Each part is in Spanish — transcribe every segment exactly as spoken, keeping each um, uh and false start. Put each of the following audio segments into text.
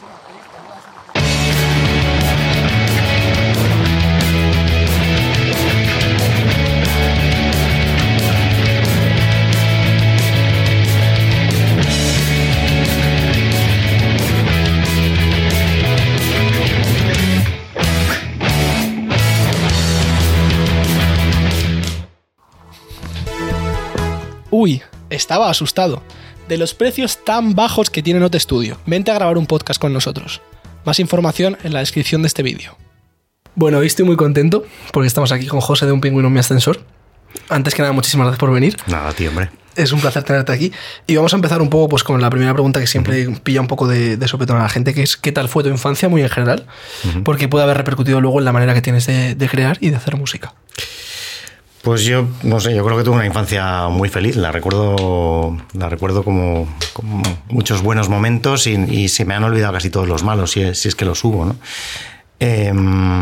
Uy, estaba asustado. De los precios tan bajos que tiene Note Studio. Vente a grabar un podcast con nosotros. Más información en la descripción de este vídeo. Bueno, hoy estoy muy contento porque estamos aquí con José de Un Pingüino en mi ascensor. Antes que nada, muchísimas gracias por venir. Nada, tío, hombre. Es un placer tenerte aquí. Y vamos a empezar un poco pues, con la primera pregunta que siempre uh-huh. pilla un poco de, de sopetón a la gente, que es ¿qué tal fue tu infancia muy en general? Uh-huh. Porque puede haber repercutido luego en la manera que tienes de, de crear y de hacer música. Pues yo, no sé, yo creo que tuve una infancia muy feliz. La recuerdo, la recuerdo como, como muchos buenos momentos y, y se me han olvidado casi todos los malos, si es, si es que los hubo, ¿no? Eh,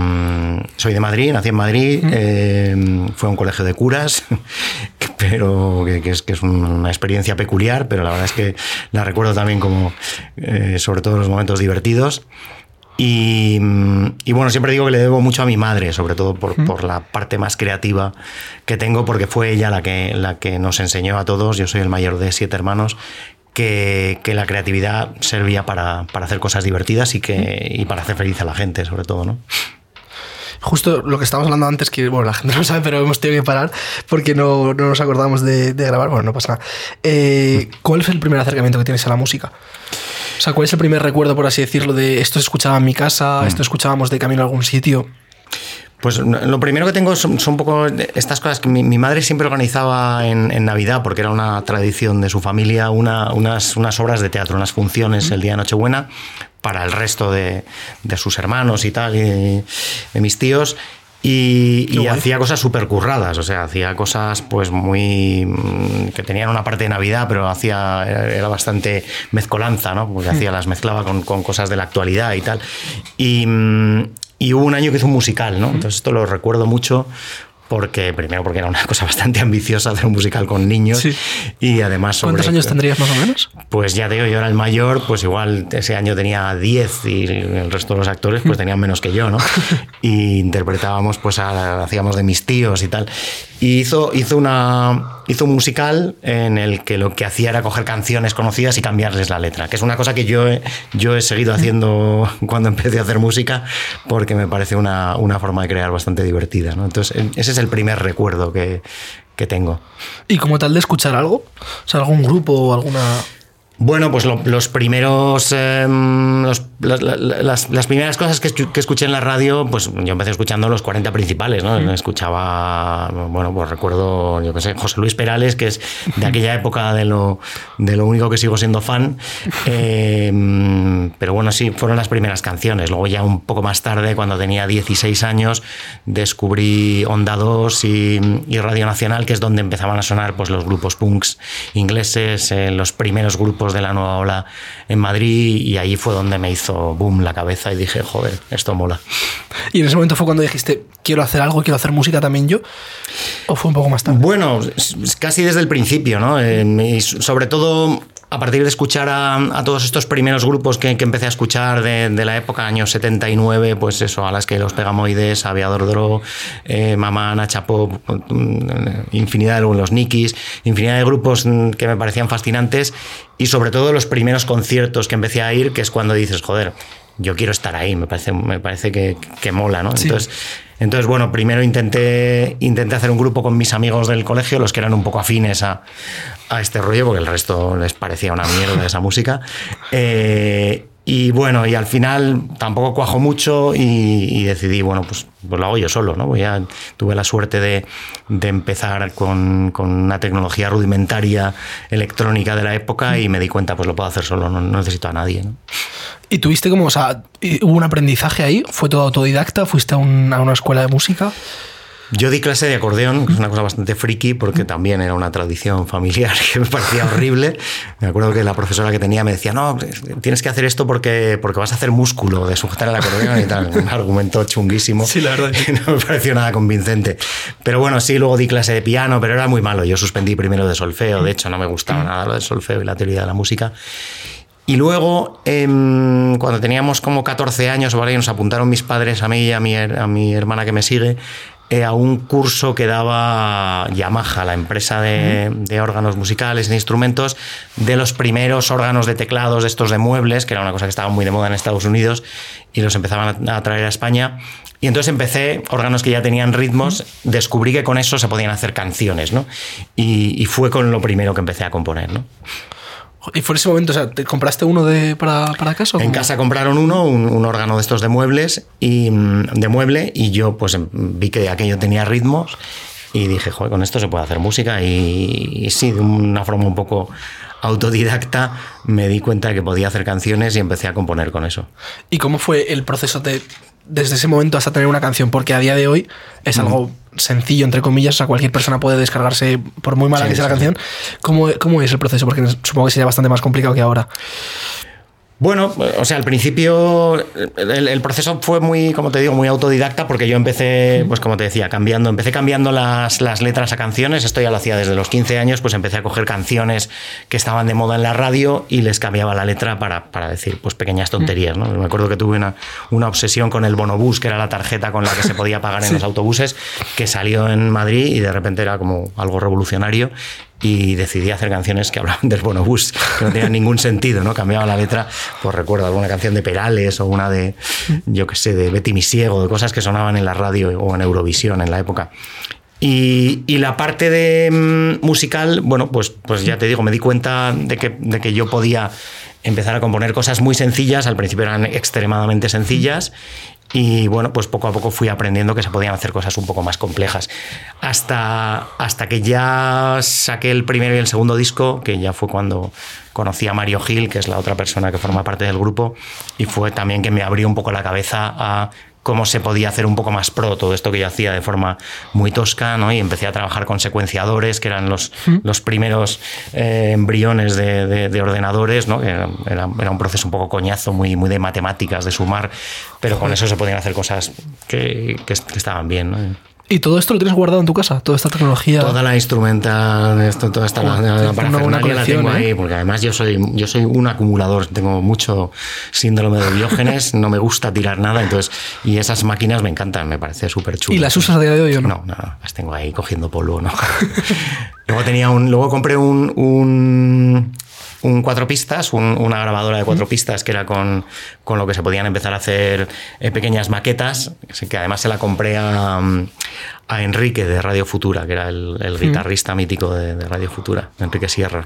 soy de Madrid, nací en Madrid, ¿Mm? eh, fue a un colegio de curas, pero que, que, es, que es una experiencia peculiar, pero la verdad es que la recuerdo también como, eh, sobre todo los momentos divertidos. Y, y bueno, siempre digo que le debo mucho a mi madre, sobre todo por, ¿Mm? por la parte más creativa que tengo, porque fue ella la que, la que nos enseñó a todos, yo soy el mayor de siete hermanos, que, que la creatividad servía para, para hacer cosas divertidas y, que, y para hacer feliz a la gente, sobre todo, ¿no? Justo lo que estábamos hablando antes, que bueno, la gente no lo sabe, pero hemos tenido que parar porque no, no nos acordábamos de, de grabar, bueno, no pasa nada. Eh, ¿Cuál fue el primer acercamiento que tienes a la música? O sea, ¿cuál es el primer recuerdo, por así decirlo, de esto se escuchaba en mi casa, mm. esto escuchábamos de camino a algún sitio? Pues lo primero que tengo son, son un poco estas cosas que mi, mi madre siempre organizaba en, en Navidad, porque era una tradición de su familia, una, unas, unas obras de teatro, unas funciones mm. el día de Nochebuena para el resto de, de sus hermanos y tal, y de mis tíos. Y, y hacía cosas súper curradas, o sea, hacía cosas pues muy... que tenían una parte de Navidad, pero hacía era bastante mezcolanza, ¿no? Porque hacía, las mezclaba con, con cosas de la actualidad y tal. Y, y hubo un año que hizo un musical, ¿no? Entonces esto lo recuerdo mucho porque, primero porque era una cosa bastante ambiciosa hacer un musical con niños, sí. Y además... Sobre, ¿cuántos años tendrías más o menos? Pues ya te digo, yo era el mayor, pues igual ese año tenía diez y el resto de los actores pues tenían menos que yo, ¿no? Y interpretábamos, pues a, hacíamos de mis tíos y tal. Y hizo, hizo, una, hizo un musical en el que lo que hacía era coger canciones conocidas y cambiarles la letra, que es una cosa que yo he, yo he seguido haciendo cuando empecé a hacer música, porque me parece una, una forma de crear bastante divertida, ¿no? Entonces, ese es el primer recuerdo que, que tengo. ¿Y como tal de escuchar algo? O sea, algún grupo o alguna... Bueno, pues lo, los primeros eh, los, las, las, las primeras cosas que, que escuché en la radio, pues yo empecé escuchando los cuarenta principales, ¿no? Mm. Escuchaba, bueno, pues recuerdo, yo qué sé, José Luis Perales, que es de aquella época de lo, de lo único que sigo siendo fan. Eh, pero bueno, sí, fueron las primeras canciones. Luego ya un poco más tarde, cuando tenía dieciséis años, descubrí Onda dos y, y Radio Nacional, que es donde empezaban a sonar pues los grupos punks ingleses, eh, los primeros grupos de la nueva ola en Madrid, y ahí fue donde me hizo boom la cabeza y dije, joder, esto mola. ¿Y en ese momento fue cuando dijiste, quiero hacer algo, quiero hacer música también yo? ¿O fue un poco más tarde? Bueno, casi desde el principio, ¿no? Eh, y sobre todo a partir de escuchar a, a todos estos primeros grupos que, que empecé a escuchar de, de la época, años setenta y nueve, pues eso, a las que los Pegamoides, Aviador Dro, eh, Mamá, Nacha Pop, infinidad de los Nikis, infinidad de grupos que me parecían fascinantes, y sobre todo los primeros conciertos que empecé a ir, que es cuando dices, joder, yo quiero estar ahí, me parece, me parece que, que mola, ¿no? Sí. Entonces, entonces, bueno, primero intenté, intenté hacer un grupo con mis amigos del colegio, los que eran un poco afines a, a este rollo, porque el resto les parecía una mierda esa música. Eh, y bueno, y al final tampoco cuajó mucho y, y decidí, bueno, pues, pues lo hago yo solo, ¿no? Pues ya tuve la suerte de, de empezar con, con una tecnología rudimentaria electrónica de la época y me di cuenta, pues lo puedo hacer solo, no, no necesito a nadie, ¿no? ¿Y tuviste como, o sea, hubo un aprendizaje ahí? ¿Fue todo autodidacta? ¿Fuiste a, un, a una escuela de música? Yo di clase de acordeón, que es una cosa bastante friki, porque también era una tradición familiar que me parecía horrible. Me acuerdo que la profesora que tenía me decía, no, tienes que hacer esto porque, porque vas a hacer músculo de sujetar el acordeón y tal. Un argumento chunguísimo. Sí, la verdad. Que no me pareció nada convincente. Pero bueno, sí, luego di clase de piano, pero era muy malo. Yo suspendí primero de solfeo, de hecho no me gustaba nada lo del solfeo y la teoría de la música. Y luego, eh, cuando teníamos como catorce años, ¿vale? Nos apuntaron mis padres, a mí y a mi, a mi hermana que me sigue, eh, a un curso que daba Yamaha, la empresa de, de órganos musicales y de instrumentos, de los primeros órganos de teclados, de estos de muebles, que era una cosa que estaba muy de moda en Estados Unidos, y los empezaban a traer a España. Y entonces empecé, órganos que ya tenían ritmos, descubrí que con eso se podían hacer canciones, ¿no? Y, y fue con lo primero que empecé a componer, ¿no? ¿Y fue en ese momento, o sea, te compraste uno de para, para casa? ¿O en cómo? casa compraron uno, un, un órgano de estos de muebles y de mueble, y yo pues vi que aquello tenía ritmos y dije, joder, con esto se puede hacer música. Y, y sí, de una forma un poco autodidacta me di cuenta de que podía hacer canciones y empecé a componer con eso. ¿Y cómo fue el proceso de desde ese momento hasta tener una canción? Porque a día de hoy es mm. algo sencillo, entre comillas, o sea, cualquier persona puede descargarse, por muy mala sí, que sea sí. la canción. ¿Cómo, ¿Cómo es el proceso? Porque supongo que sería bastante más complicado que ahora. Bueno, o sea, al principio el, el proceso fue muy, como te digo, muy autodidacta, porque yo empecé, pues como te decía, cambiando, empecé cambiando las, las letras a canciones. Esto ya lo hacía desde los quince años, pues empecé a coger canciones que estaban de moda en la radio y les cambiaba la letra para, para decir pues pequeñas tonterías, ¿no? Me acuerdo que tuve una, una obsesión con el bonobús, que era la tarjeta con la que se podía pagar en sí. los autobuses, que salió en Madrid y de repente era como algo revolucionario. Y decidí hacer canciones que hablaban del bonobús, que no tenían ningún sentido, ¿no? Cambiaba la letra, pues recuerdo alguna canción de Perales o una de, yo qué sé, de Betty mi ciego, de cosas que sonaban en la radio o en Eurovisión en la época. Y, y la parte de um, musical, bueno, pues, pues ya te digo, me di cuenta de que, de que yo podía empezar a componer cosas muy sencillas. Al principio eran extremadamente sencillas. Y bueno, pues poco a poco fui aprendiendo que se podían hacer cosas un poco más complejas. Hasta, hasta que ya saqué el primero y el segundo disco, que ya fue cuando conocí a Mario Gil, que es la otra persona que forma parte del grupo, y fue también que me abrió un poco la cabeza a cómo se podía hacer un poco más pro todo esto que yo hacía de forma muy tosca, ¿no? Y empecé a trabajar con secuenciadores, que eran los, ¿Mm? los primeros eh, embriones de, de, de ordenadores, ¿no? Era, era, era un proceso un poco coñazo, muy, muy de matemáticas, de sumar, pero con eso se podían hacer cosas que, que, que estaban bien, ¿no? ¿Y todo esto lo tienes guardado en tu casa? ¿Toda esta tecnología? Toda la instrumenta, esto, toda esta oh, la, la parafernalia la tengo ahí, ¿eh? Porque además yo soy, yo soy un acumulador, tengo mucho síndrome de Diógenes, no me gusta tirar nada, entonces, y esas máquinas me encantan, me parece súper chulo. ¿Y las usas a día de hoy o no? No, no, las tengo ahí cogiendo polvo, ¿no? luego tenía un, luego compré un, un un cuatro pistas, un, una grabadora de cuatro pistas que era con, con lo que se podían empezar a hacer eh, pequeñas maquetas, que además se la compré a, a Enrique de Radio Futura, que era el, el guitarrista mm. mítico de, de Radio Futura, Enrique Sierra.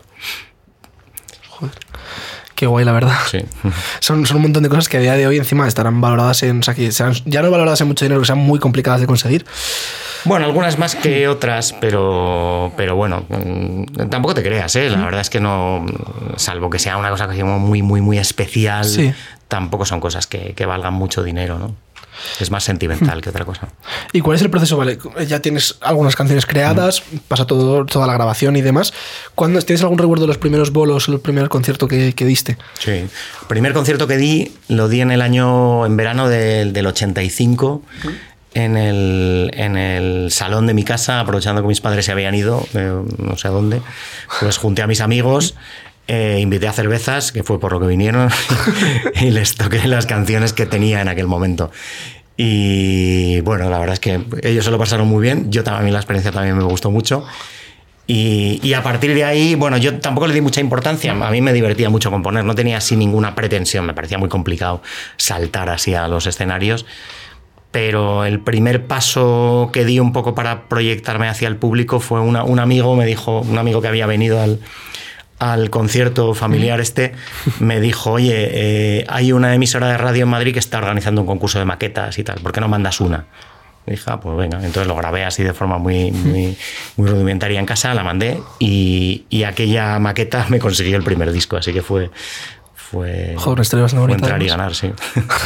Joder. Qué guay, la verdad. Sí. Son, son un montón de cosas que a día de hoy encima estarán valoradas en... O sea, que sean, ya no valoradas en mucho dinero, que sean muy complicadas de conseguir. Bueno, algunas más que otras, pero, pero bueno, tampoco te creas, ¿eh? La verdad es que no, salvo que sea una cosa que sea muy, muy, muy especial, sí. tampoco son cosas que, que valgan mucho dinero, ¿no? Es más sentimental que otra cosa. ¿Y cuál es el proceso? Vale, ya tienes algunas canciones creadas, mm. pasa todo, toda la grabación y demás. ¿Cuándo, ¿Tienes algún recuerdo de los primeros bolos o el primer concierto que, que diste? Sí, el primer concierto que di lo di en el año, en verano del, del ochenta y cinco. Mm. En el, en el salón de mi casa, aprovechando que mis padres se habían ido, eh, no sé a dónde, pues junté a mis amigos, eh, invité a cervezas, que fue por lo que vinieron, y les toqué las canciones que tenía en aquel momento. Y bueno, la verdad es que ellos se lo pasaron muy bien, yo también, la experiencia también me gustó mucho. Y, y a partir de ahí, bueno, yo tampoco le di mucha importancia, a mí me divertía mucho componer, no tenía así ninguna pretensión, me parecía muy complicado saltar así a los escenarios. Pero el primer paso que di un poco para proyectarme hacia el público fue una, un amigo, me dijo, un amigo que había venido al, al concierto familiar este, me dijo, oye, eh, hay una emisora de radio en Madrid que está organizando un concurso de maquetas y tal, ¿por qué no mandas una? Y dije, ah, pues venga, entonces lo grabé así de forma muy, muy, muy rudimentaria en casa, la mandé y, y aquella maqueta me consiguió el primer disco, así que fue, fue, Joder, fue entrar y ganar, sí.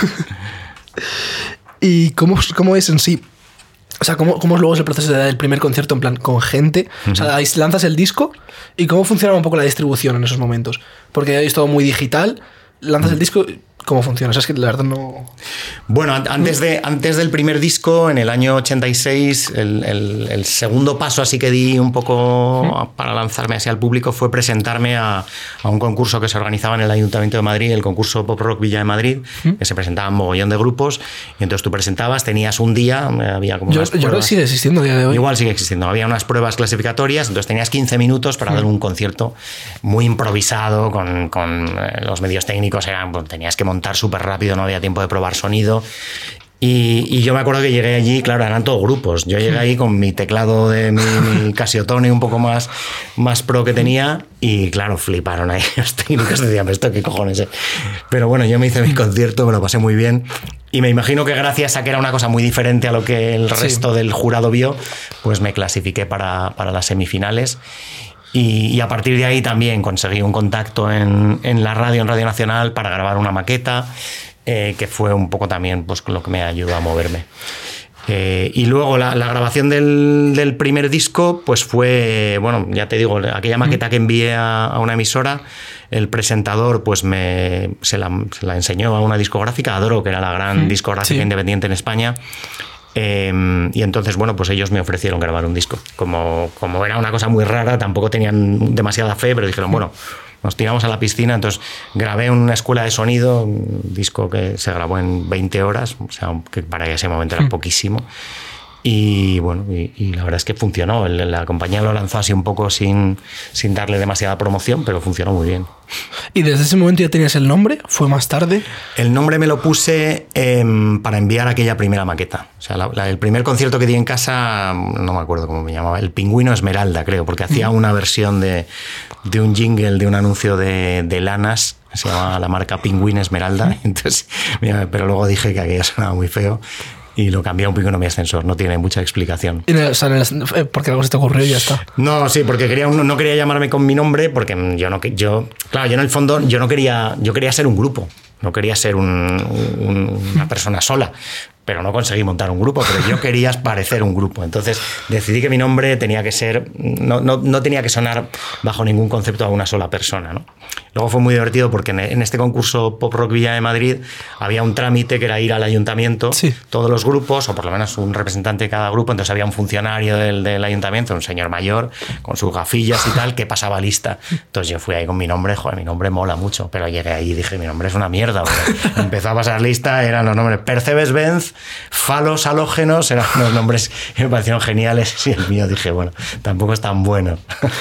¿Y cómo, cómo es en sí? O sea, ¿cómo, cómo es luego el proceso de dar el primer concierto en plan con gente? Uh-huh. O sea, ahí lanzas el disco y cómo funciona un poco la distribución en esos momentos. Porque es todo muy digital, lanzas uh-huh. el disco, ¿Cómo funciona? O sea, es que la verdad no... Bueno, antes, de, antes del primer disco, en el año ochenta y seis, el, el, el segundo paso así que di un poco para lanzarme así al público fue presentarme a, a un concurso que se organizaba en el Ayuntamiento de Madrid, el concurso Pop Rock Villa de Madrid, que se presentaban un mogollón de grupos, y entonces tú presentabas, tenías un día, había como Yo, unas yo creo que sigue existiendo a día de hoy. Igual sigue existiendo, había unas pruebas clasificatorias, entonces tenías quince minutos para dar un concierto muy improvisado, con, con los medios técnicos, eran, pues, tenías que montar súper rápido, no había tiempo de probar sonido. Y, y yo me acuerdo que llegué allí, claro, eran todos grupos. Yo llegué ahí con mi teclado de mi, mi Casiotone un poco más, más pro que tenía, y claro, fliparon ahí los técnicos, decían, ¿esto qué cojones es? Pero bueno, yo me hice mi concierto, me lo pasé muy bien. Y me imagino que gracias a que era una cosa muy diferente a lo que el resto sí. del jurado vio, pues me clasifiqué para, para las semifinales. Y, y a partir de ahí también conseguí un contacto en, en la radio, en Radio Nacional, para grabar una maqueta, eh, que fue un poco también pues, lo que me ayudó a moverme. Eh, y luego la, la grabación del, del primer disco, pues fue, bueno, ya te digo, aquella maqueta que envié a, a una emisora, el presentador pues me, se, la, se la enseñó a una discográfica, a Dro, que era la gran mm, discográfica sí. independiente en España. Eh, y entonces, bueno, pues ellos me ofrecieron grabar un disco. Como, como era una cosa muy rara, tampoco tenían demasiada fe, pero dijeron, bueno, nos tiramos a la piscina. Entonces grabé en una escuela de sonido, un disco que se grabó en veinte horas, o sea, que para ese momento era poquísimo. Y bueno, y, y la verdad es que funcionó. La compañía lo lanzó así un poco sin, sin darle demasiada promoción, pero funcionó muy bien. ¿Y desde ese momento ya tenías el nombre? ¿Fue más tarde? El nombre me lo puse eh, para enviar aquella primera maqueta. O sea, la, la, el primer concierto que di en casa, no me acuerdo cómo me llamaba, El Pingüino Esmeralda, creo, porque hacía una versión de, de un jingle de un anuncio de, de lanas, se llamaba la marca Pingüino Esmeralda. Entonces, pero luego dije que aquello sonaba muy feo. Y lo cambié un poco en mi ascensor, no tiene mucha explicación. O sea, en el, porque algo se te ocurrió y ya está. No, sí, porque quería un, no quería llamarme con mi nombre, porque yo no, yo, claro, yo en el fondo yo no quería, yo quería ser un grupo, no quería ser un, un, una persona sola. Pero no conseguí montar un grupo, pero yo quería parecer un grupo. Entonces decidí que mi nombre tenía que ser, no, no, no tenía que sonar bajo ningún concepto a una sola persona, ¿no? Luego fue muy divertido porque en este concurso Pop Rock Villa de Madrid había un trámite que era ir al ayuntamiento, sí. todos los grupos, o por lo menos un representante de cada grupo. Entonces había un funcionario del, del ayuntamiento, un señor mayor, con sus gafillas y tal, que pasaba lista. Entonces yo fui ahí con mi nombre, joder, mi nombre mola mucho, pero llegué ahí y dije, mi nombre es una mierda. Empezó a pasar lista, eran los nombres Percebes Benz, Falos Halógenos, eran unos nombres que me parecieron geniales, y el mío dije, bueno, tampoco es tan bueno.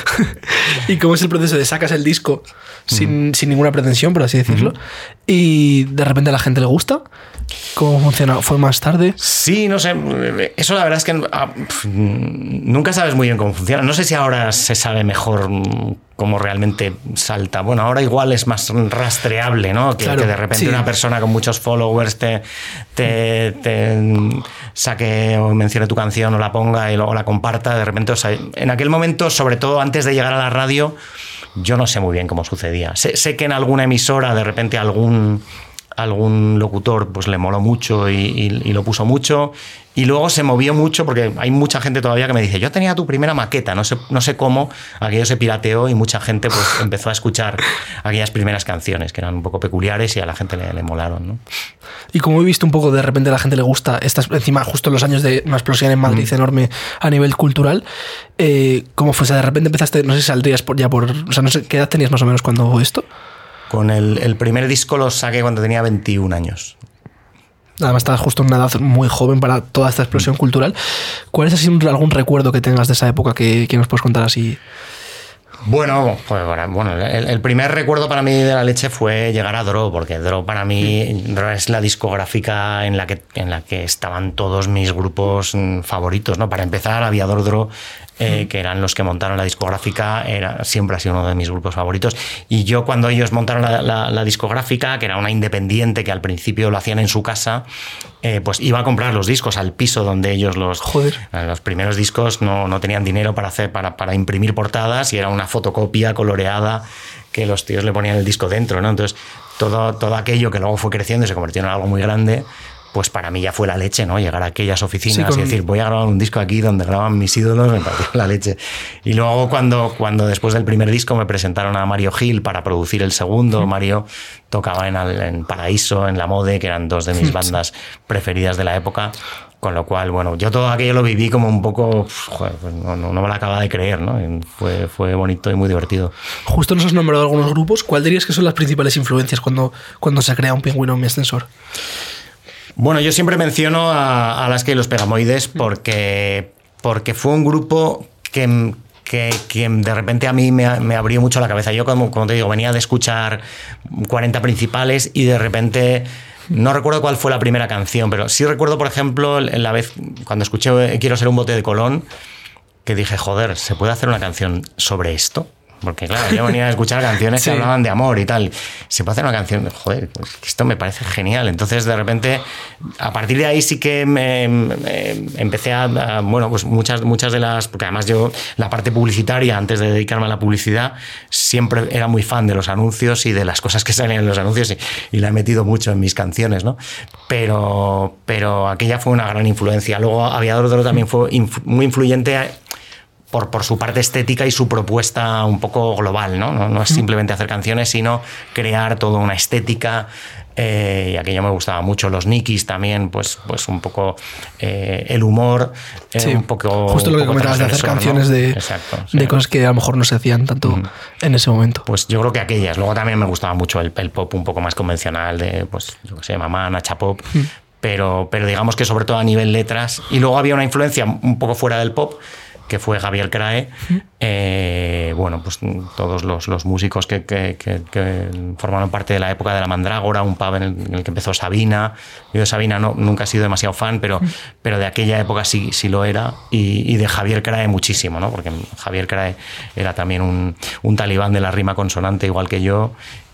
¿Y cómo es el proceso de sacas el disco sin, mm. sin ninguna pretensión, por así decirlo, mm-hmm. y de repente a la gente le gusta? ¿Cómo funciona? ¿Fue más tarde? Sí, no sé, eso la verdad es que ah, nunca sabes muy bien cómo funciona. No sé si ahora se sabe mejor cómo realmente salta. Bueno, ahora igual es más rastreable, ¿no? Que, claro, que de repente sí. una persona con muchos followers te, te, te saque o mencione tu canción o la ponga y luego la comparta. De repente, o sea, en aquel momento, sobre todo antes de llegar a la radio, yo no sé muy bien cómo sucedía. Sé, sé que en alguna emisora de repente algún... algún locutor pues le moló mucho y, y, y lo puso mucho, y luego se movió mucho porque hay mucha gente todavía que me dice, yo tenía tu primera maqueta, no sé, no sé cómo, aquello se pirateó y mucha gente pues empezó a escuchar aquellas primeras canciones que eran un poco peculiares y a la gente le, le molaron, ¿no? Y como he visto un poco, de repente a la gente le gusta, estás encima justo en los años de una explosión en Madrid mm. enorme a nivel cultural, eh, ¿cómo fue? O sea, de repente empezaste, no sé si saldrías por, ya por, o sea, no sé, ¿qué edad tenías más o menos cuando hubo esto? Con el, el primer disco lo saqué cuando tenía veintiún años. Además estabas justo en una edad muy joven para toda esta explosión mm. cultural. ¿Cuál es así algún recuerdo que tengas de esa época que, que nos puedes contar así? Bueno, pues bueno, el, el primer recuerdo para mí de la leche fue llegar a Dro, porque Dro para mí Dro es la discográfica en la que en la que estaban todos mis grupos favoritos, ¿no? Para empezar, Aviador Dro, eh, que eran los que montaron la discográfica, era, siempre ha sido uno de mis grupos favoritos. Y yo cuando ellos montaron la, la, la discográfica, que era una independiente que al principio lo hacían en su casa, eh, pues iba a comprar los discos al piso donde ellos los... Joder. Los primeros discos no, no tenían dinero para, hacer, para, para imprimir portadas y era una fotocopia coloreada que los tíos le ponían el disco dentro, ¿no? Entonces todo, todo aquello que luego fue creciendo y se convirtió en algo muy grande, pues para mí ya fue la leche, ¿no? Llegar a aquellas oficinas sí, con... y decir, voy a grabar un disco aquí donde graban mis ídolos, me pareció la leche. Y luego cuando, cuando después del primer disco me presentaron a Mario Gil para producir el segundo, sí. Mario tocaba en, en Paraíso, en La Mode, que eran dos de mis bandas preferidas de la época. Con lo cual, bueno, yo todo aquello lo viví como un poco, joder, pues no, no, no me lo acababa de creer, ¿no? Fue, fue bonito y muy divertido. Justo nos has nombrado algunos grupos. ¿Cuál dirías que son las principales influencias cuando, cuando se crea un Pingüino en mi ascensor? Bueno, yo siempre menciono a, a Alaska y los Pegamoides porque, porque fue un grupo que... Que, que de repente a mí me, me abrió mucho la cabeza. Yo, como, como te digo, venía de escuchar cuarenta principales y de repente... No recuerdo cuál fue la primera canción, pero sí recuerdo, por ejemplo, la vez cuando escuché Quiero ser un bote de Colón, que dije, joder, ¿se puede hacer una canción sobre esto? Porque claro, yo venía a escuchar canciones sí. que hablaban de amor y tal. Se puede hacer una canción, joder, esto me parece genial. Entonces, de repente, a partir de ahí sí que me, me empecé a, a, bueno, pues muchas, muchas de las, porque además yo, la parte publicitaria, antes de dedicarme a la publicidad, siempre era muy fan de los anuncios y de las cosas que salen en los anuncios y, y la he metido mucho en mis canciones, ¿no? Pero, pero aquella fue una gran influencia. Luego, Aviador Otro también fue inf- muy influyente Por, por su parte estética y su propuesta un poco global, ¿no? No, no es simplemente hacer canciones, sino crear toda una estética. Eh, y aquello me gustaba mucho. Los Nikis también, pues, pues un poco eh, el humor, eh, sí, un poco. Justo lo que comentabas de hacer canciones, ¿no? de, Exacto, sí. de cosas que a lo mejor no se hacían tanto uh-huh. en ese momento. Pues yo creo que aquellas. Luego también me gustaba mucho el, el pop un poco más convencional, de, pues, yo qué sé, Mamá, Nacha Pop. Uh-huh. Pero, pero digamos que sobre todo a nivel letras. Y luego había una influencia un poco fuera del pop, que fue Javier Crae, eh, bueno, pues todos los, los músicos que, que, que, que formaron parte de la época de La Mandrágora, un pub en el, en el que empezó Sabina. Yo de Sabina no, nunca he sido demasiado fan, pero, pero de aquella época sí, sí lo era, y, y de Javier Crae muchísimo, ¿no? Porque Javier Crae era también un, un talibán de la rima consonante, igual que yo,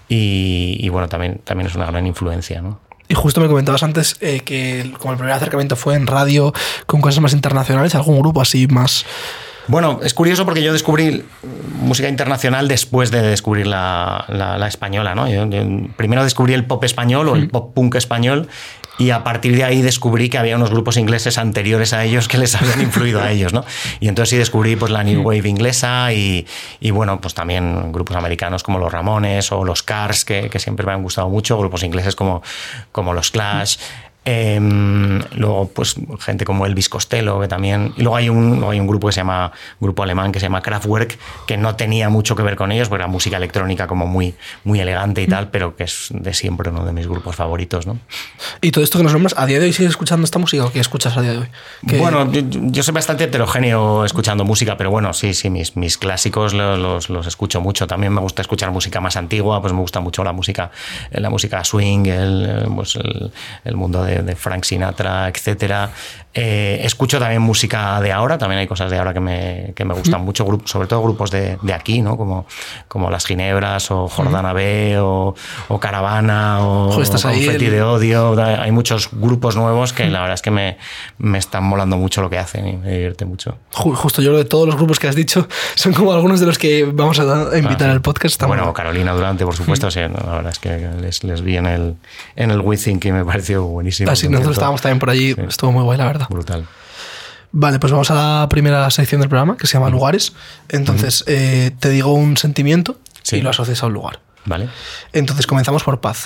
y, y bueno, también, también es una gran influencia, ¿no? Y justo me comentabas antes eh, que como el primer acercamiento fue en radio con cosas más internacionales, ¿algún grupo así más...? Bueno, es curioso porque yo descubrí música internacional después de descubrir la, la, la española, ¿no? Yo, yo primero descubrí el pop español o el pop punk español y a partir de ahí descubrí que había unos grupos ingleses anteriores a ellos que les habían influido a ellos, ¿no? Y entonces sí descubrí pues, la New Wave inglesa y, y bueno, pues también grupos americanos como los Ramones o los Cars, que, que siempre me han gustado mucho, grupos ingleses como, como los Clash. Eh, luego pues gente como Elvis Costello, que también, y luego hay un, luego hay un grupo que se llama grupo alemán que se llama Kraftwerk, que no tenía mucho que ver con ellos porque era música electrónica como muy, muy elegante y tal, pero que es de siempre uno de mis grupos favoritos, ¿no? Y todo esto que nos nombras, ¿a día de hoy sigues escuchando esta música o qué escuchas a día de hoy? ¿Qué... Bueno, yo, yo soy bastante heterogéneo escuchando música, pero bueno, sí, sí, mis, mis clásicos los, los, los escucho mucho. También me gusta escuchar música más antigua, pues me gusta mucho la música, la música swing, el, pues el, el mundo de de Frank Sinatra, etcétera. Eh, escucho también música de ahora, también hay cosas de ahora que me, que me gustan uh-huh. mucho, grup, sobre todo grupos de, de aquí, ¿no? Como, como Las Ginebras o Jordana uh-huh. B o, o Caravana o, o Confeti el... de Odio. Hay muchos grupos nuevos que uh-huh. la verdad es que me, me están molando mucho lo que hacen y me divierte mucho. Justo yo de todos los grupos que has dicho son como algunos de los que vamos a invitar ah, sí. al podcast. Está bueno, Carolina Durante, por supuesto, uh-huh. sí, no, la verdad es que les, les vi en el, en el We Think y me pareció buenísimo. Así, nosotros estábamos también por allí, sí. estuvo muy guay, la verdad. Brutal. Vale, pues vamos a la primera sección del programa, que se llama uh-huh. Lugares. Entonces, uh-huh. eh, te digo un sentimiento sí. y lo asocias a un lugar. Vale. Entonces, comenzamos por paz.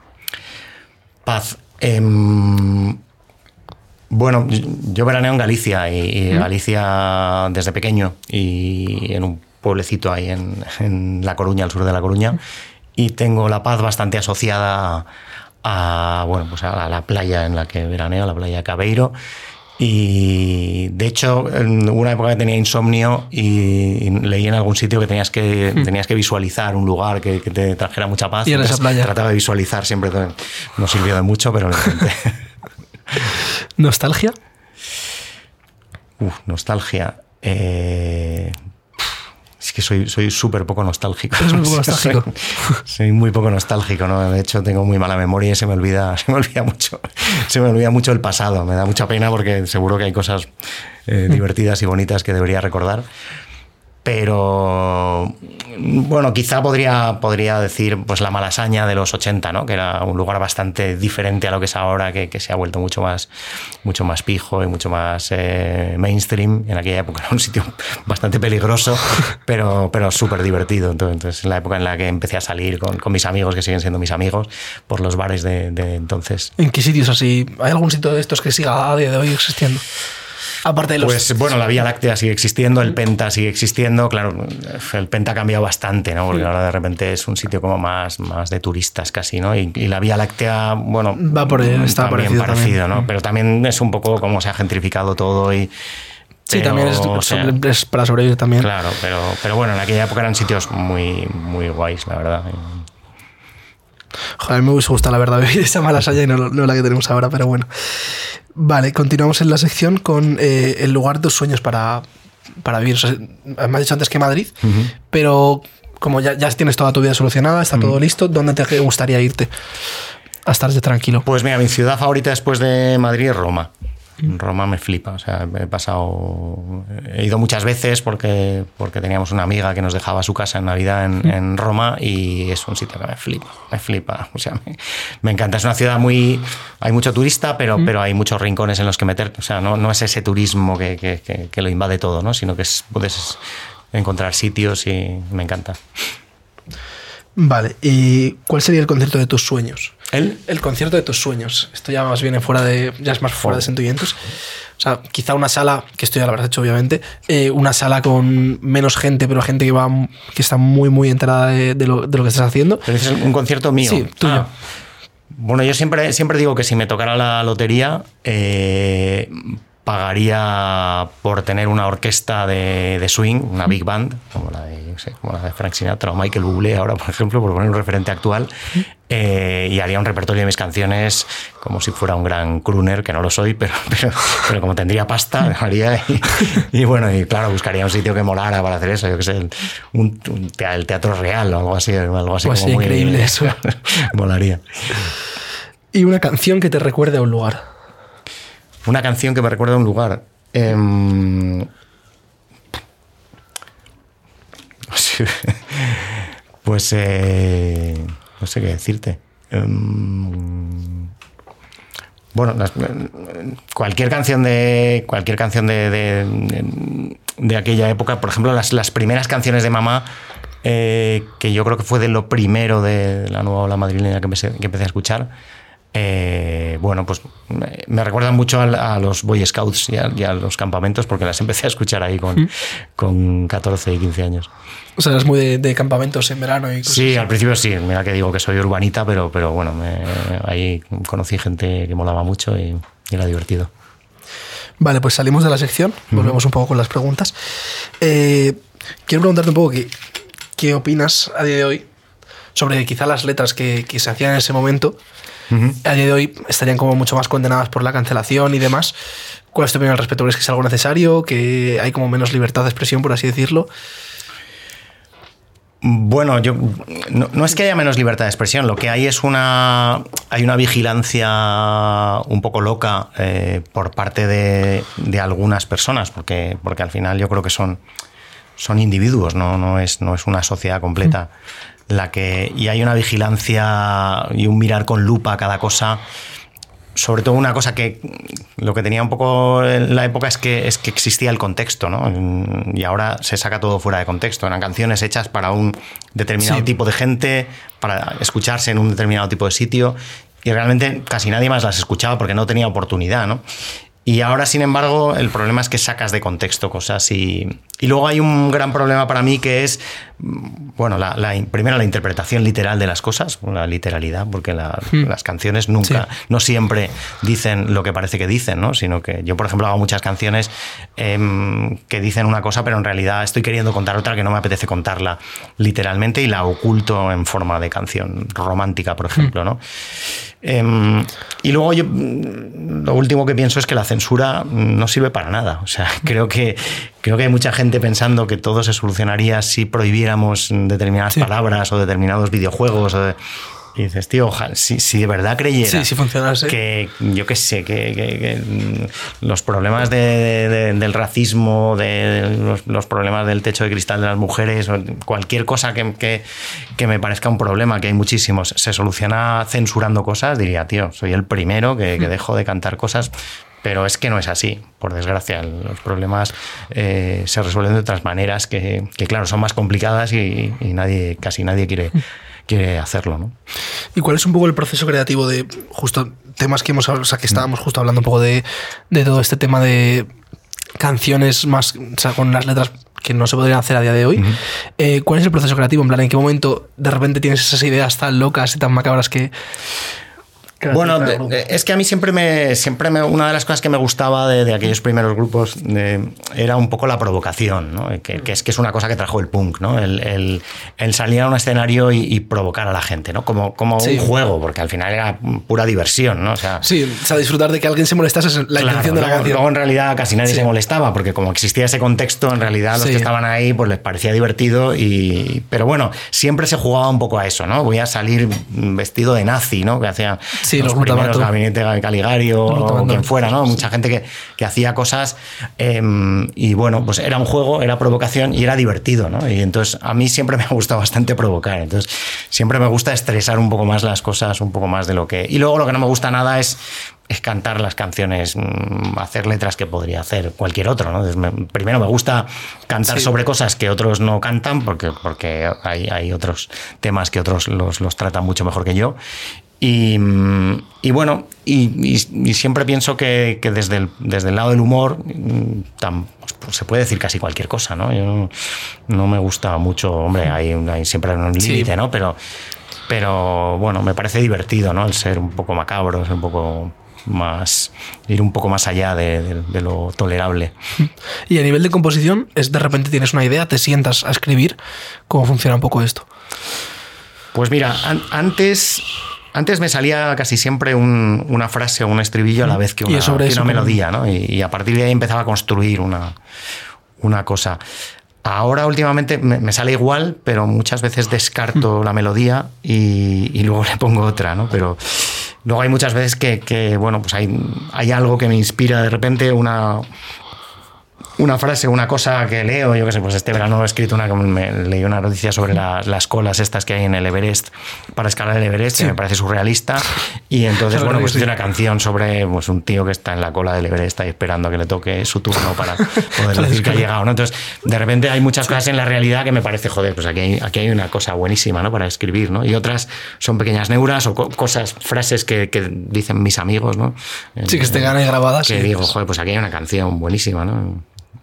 Paz. Eh, bueno, yo veraneo en Galicia, y, y uh-huh. Galicia desde pequeño, y en un pueblecito ahí en, en La Coruña, al sur de La Coruña, uh-huh. y tengo la paz bastante asociada a, bueno, pues a la playa en la que veraneo, la playa de Cabeiro. Y de hecho, en una época que tenía insomnio y leí en algún sitio que tenías que, mm. tenías que visualizar un lugar que, que te trajera mucha paz. Y en esa playa. Trataba de visualizar, siempre no sirvió de mucho, pero lo intenté. ¿Nostalgia? Uf, nostalgia. Eh... Es que soy soy súper poco nostálgico. ¿Es muy poco nostálgico? Soy, soy muy poco nostálgico, ¿no? De hecho, tengo muy mala memoria y se me olvida, se me olvida mucho, se me olvida mucho el pasado. Me da mucha pena porque seguro que hay cosas eh, divertidas y bonitas que debería recordar. pero bueno, quizá podría, podría decir pues la Malasaña de los ochenta, ¿no? Que era un lugar bastante diferente a lo que es ahora, que, que se ha vuelto mucho más, mucho más pijo y mucho más eh, mainstream. En aquella época era un sitio bastante peligroso, pero, pero súper divertido. Entonces, en la época en la que empecé a salir con, con mis amigos, que siguen siendo mis amigos, por los bares de, de entonces. ¿En qué sitios así? ¿Hay algún sitio de estos que siga a día de hoy existiendo? Aparte de los... Pues bueno, la Vía Láctea sigue existiendo, el Penta sigue existiendo. Claro, el Penta ha cambiado bastante, ¿no? Porque ahora de repente es un sitio como más, más de turistas casi, ¿no? Y, y la Vía Láctea, bueno, va por ahí, está también parecido, parecido, también. ¿no? Pero también es un poco como se ha gentrificado todo y... Sí, pero, también es, o sea, es para sobrevivir también. Claro, pero, pero bueno, en aquella época eran sitios muy, muy guays, la verdad. Joder, me gusta la verdad vivir esa Malasaña y no, no la que tenemos ahora, pero bueno. Vale, continuamos en la sección con eh, el lugar de tus sueños para, para vivir. O sea, me has dicho antes que Madrid, uh-huh. pero como ya, ya tienes toda tu vida solucionada, está uh-huh. todo listo, ¿dónde te gustaría irte a estar tranquilo? Pues mira, mi ciudad favorita después de Madrid es Roma. Roma me flipa, o sea, he pasado, he ido muchas veces porque, porque teníamos una amiga que nos dejaba su casa en Navidad en, mm. en Roma y es un sitio que me flipa, me flipa, o sea, me, me encanta. Es una ciudad muy, hay mucho turista, pero, mm. pero hay muchos rincones en los que meter, o sea, no, no es ese turismo que, que, que, que lo invade todo, ¿no? Sino que es, puedes encontrar sitios y me encanta. Vale, ¿y cuál sería el concierto de tus sueños? ¿El? El concierto de tus sueños. Esto ya más viene fuera de, ya es más fuera oh. de sentimientos. O sea, quizá una sala, que esto ya lo habrás hecho obviamente, eh, una sala con menos gente, pero gente que va, que está muy, muy enterada de, de, lo, de lo que estás haciendo. ¿Pero es un concierto mío? Sí, tuyo. Ah. Bueno, yo siempre, siempre digo que si me tocara la lotería, eh, pagaría por tener una orquesta de, de swing, una big band, como la de, no sé, como la de Frank Sinatra o Michael Bublé ahora, por ejemplo, por poner un referente actual, eh, y haría un repertorio de mis canciones como si fuera un gran crooner, que no lo soy, pero, pero, pero como tendría pasta, haría y, y bueno, y claro, buscaría un sitio que molara para hacer eso, yo qué sé, el, un, un teatro, el teatro real o algo así, algo así pues como sí, muy increíble eso. Molaría. Y una canción que te recuerde a un lugar. Una canción que me recuerda a un lugar. Eh, pues eh, no sé qué decirte. Eh, bueno, las, cualquier canción de cualquier canción de, de, de aquella época, por ejemplo, las, las primeras canciones de Mamá, eh, que yo creo que fue de lo primero de la nueva ola madrileña que empecé, que empecé a escuchar. Eh, bueno, pues me, me recuerdan mucho a, a los Boy Scouts y a, y a los campamentos porque las empecé a escuchar ahí con, ¿Mm? con catorce y quince años. O sea, eres muy de, de campamentos en verano y cosas Sí, así. Al principio sí, mira que digo que soy urbanita, pero, pero bueno, me, ahí conocí gente que molaba mucho y, y era divertido. Vale, pues salimos de la sección, volvemos uh-huh. un poco con las preguntas. Eh, quiero preguntarte un poco qué, qué opinas a día de hoy sobre quizá las letras que, que se hacían en ese momento. Uh-huh. A día de hoy estarían como mucho más condenadas por la cancelación y demás. ¿Cuál es tu opinión al respecto? ¿Crees que es algo necesario? ¿Que hay como menos libertad de expresión, por así decirlo? Bueno, yo no, no es que haya menos libertad de expresión, lo que hay es una hay una vigilancia un poco loca eh, por parte de, de algunas personas, porque, porque al final yo creo que son, son individuos, no, no, es, no es una sociedad completa. Mm. La que, y hay una vigilancia y un mirar con lupa a cada cosa. Sobre todo una cosa que lo que tenía un poco en la época es que, es que existía el contexto, ¿no? Y ahora se saca todo fuera de contexto. Eran canciones hechas para un determinado sí. tipo de gente, para escucharse en un determinado tipo de sitio, y realmente casi nadie más las escuchaba porque no tenía oportunidad, ¿no? Y ahora, sin embargo, el problema es que sacas de contexto cosas y, y luego hay un gran problema para mí que es, bueno, la, la, primero la interpretación literal de las cosas, la literalidad, porque la, hmm. las canciones nunca, sí. no siempre dicen lo que parece que dicen, ¿no? Sino que yo, por ejemplo, hago muchas canciones eh, que dicen una cosa, pero en realidad estoy queriendo contar otra que no me apetece contarla literalmente y la oculto en forma de canción romántica, por ejemplo, hmm. ¿no? Eh, y luego yo lo último que pienso es que la censura no sirve para nada. O sea, creo que, creo que hay mucha gente pensando que todo se solucionaría si prohibiéramos determinadas sí. palabras o determinados videojuegos. O de, Y dices, tío, ojalá, si, si de verdad creyera sí, si funcionase. que, yo qué sé, que, que, que los problemas de, de, del racismo, de los, los problemas del techo de cristal de las mujeres, cualquier cosa que, que, que me parezca un problema, que hay muchísimos, se soluciona censurando cosas, diría, tío, soy el primero que, que dejo de cantar cosas. Pero es que no es así, por desgracia. Los problemas eh, se resuelven de otras maneras que, que claro, son más complicadas y, y nadie, casi nadie quiere, quiere hacerlo, ¿no? ¿Y cuál es un poco el proceso creativo de justo temas que hemos, o sea, que estábamos justo hablando un poco de, de todo este tema de canciones más, o sea, con las letras que no se podrían hacer a día de hoy? Uh-huh. eh, ¿Cuál es el proceso creativo? En plan, ¿en qué momento de repente tienes esas ideas tan locas y tan macabras que... Bueno, de, es que a mí siempre me, siempre me, una de las cosas que me gustaba de, de aquellos primeros grupos de, era un poco la provocación, ¿no? que, que es que es una cosa que trajo el punk, ¿no? El, el, el salir a un escenario y, y provocar a la gente, ¿no? Como, como sí. un juego, porque al final era pura diversión, ¿no? O sea, sí, o sea, disfrutar de que alguien se molestase es la claro, intención de la luego, canción. Luego en realidad casi nadie sí. se molestaba, porque como existía ese contexto, en realidad los sí. que estaban ahí pues les parecía divertido, y, pero bueno, siempre se jugaba un poco a eso, ¿no? Voy a salir vestido de nazi, ¿no? Que hacía sí, los, los primeros Gabinete Caligari o, o quien fuera, ¿no? Mucha gente que, que hacía cosas eh, y bueno, pues era un juego, era provocación y era divertido, ¿no? Y entonces a mí siempre me ha gustado bastante provocar, entonces siempre me gusta estresar un poco más las cosas, un poco más de lo que... Y luego lo que no me gusta nada es es cantar las canciones, hacer letras que podría hacer cualquier otro, ¿no? Entonces, me, primero me gusta cantar sí. sobre cosas que otros no cantan, porque, porque hay, hay otros temas que otros los, los tratan mucho mejor que yo. Y, y bueno, y, y, y siempre pienso que, que desde, el, desde el lado del humor tan, pues se puede decir casi cualquier cosa, ¿no? Yo no, no me gusta mucho, hombre, hay, hay siempre un límite, sí. ¿no? Pero, pero bueno, me parece divertido, ¿no? El ser un poco macabro, ser un poco más, ir un poco más allá de, de, de lo tolerable. Y a nivel de composición, es de repente tienes una idea, te sientas a escribir, ¿cómo funciona un poco esto? Pues mira, an- antes... Antes me salía casi siempre un, una frase o un estribillo a la vez que una, que una melodía, ¿no? Y, y a partir de ahí empezaba a construir una, una cosa. Ahora últimamente me, me sale igual, pero muchas veces descarto la melodía y, y luego le pongo otra, ¿no? Pero luego hay muchas veces que, que bueno, pues hay, hay algo que me inspira de repente, una... una frase, una cosa que leo, yo qué sé, pues este verano he escrito una, me leí una noticia sobre las, las colas estas que hay en el Everest, para escalar el Everest, sí. que me parece surrealista, y entonces, bueno, pues hice una canción sobre pues, un tío que está en la cola del Everest ahí esperando a que le toque su turno para poder decir que ha llegado, ¿no? Entonces, de repente hay muchas sí. cosas en la realidad que me parece, joder, pues aquí hay, aquí hay una cosa buenísima, ¿no? Para escribir, ¿no? Y otras son pequeñas neuras o co- cosas, frases que, que dicen mis amigos, ¿no? Sí, que estén ahí grabadas. Que sí. digo, joder, pues aquí hay una canción buenísima, ¿no?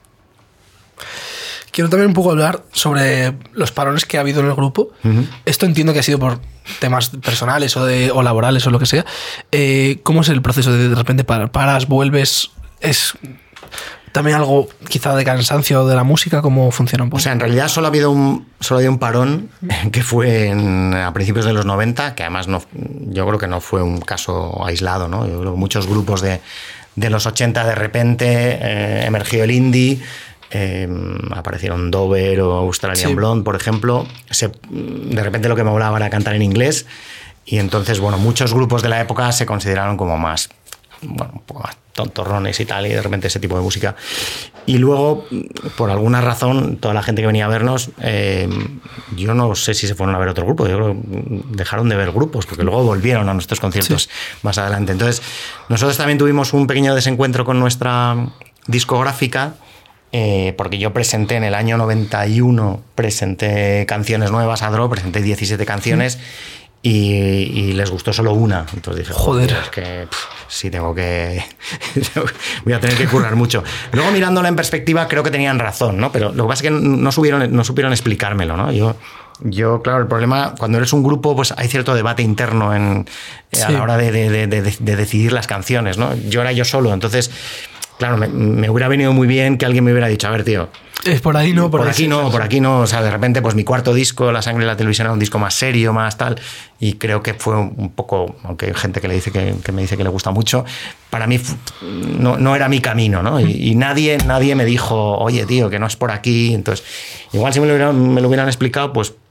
Quiero también un poco hablar sobre los parones que ha habido en el grupo. Uh-huh. Esto entiendo que ha sido por temas personales o, de, o laborales o lo que sea. Eh, ¿Cómo es el proceso de de repente paras, vuelves? ¿Es también algo quizá de cansancio de la música? ¿Cómo funciona un poco? O sea, en realidad solo ha habido un, solo ha habido un parón que fue en, a principios de los noventa, que además no, yo creo que no fue un caso aislado, ¿no? Yo creo que muchos grupos de, de los ochenta de repente eh, emergió el indie. Eh, aparecieron Dover o Australian sí. Blonde, por ejemplo. Se, de repente lo que me molaba era cantar en inglés, y entonces, bueno, muchos grupos de la época se consideraron como más, bueno, un poco más tontorrones y tal, y de repente ese tipo de música. Y luego, por alguna razón, toda la gente que venía a vernos, eh, yo no sé si se fueron a ver otro grupo, yo creo que dejaron de ver grupos, porque luego volvieron a nuestros conciertos sí. más adelante. Entonces, nosotros también tuvimos un pequeño desencuentro con nuestra discográfica, Eh, porque yo presenté en el año noventa y uno, presenté canciones nuevas a Dro, presenté diecisiete canciones mm. y, y les gustó solo una. Entonces dije, joder, joder es que pff, sí tengo que... voy a tener que currar mucho. Luego, mirándola en perspectiva, creo que tenían razón, ¿no? Pero lo que pasa es que no, subieron, no supieron explicármelo, ¿no? Yo... Yo, claro, el problema, cuando eres un grupo, pues hay cierto debate interno en, sí. a la hora de, de, de, de, de decidir las canciones, ¿no? Yo era yo solo, entonces... Claro, me, me hubiera venido muy bien que alguien me hubiera dicho, a ver, tío, es por ahí no, por, por ahí aquí sí, no, sí. por aquí no, o sea, de repente, pues mi cuarto disco, La sangre de la televisión, era un disco más serio, más tal, y creo que fue un poco, aunque hay gente que le dice que, que me dice que le gusta mucho, para mí no, no era mi camino, ¿no? Y, y nadie, nadie me dijo, oye, tío, que no es por aquí. Entonces, igual si me lo hubieran, me lo hubieran explicado, pues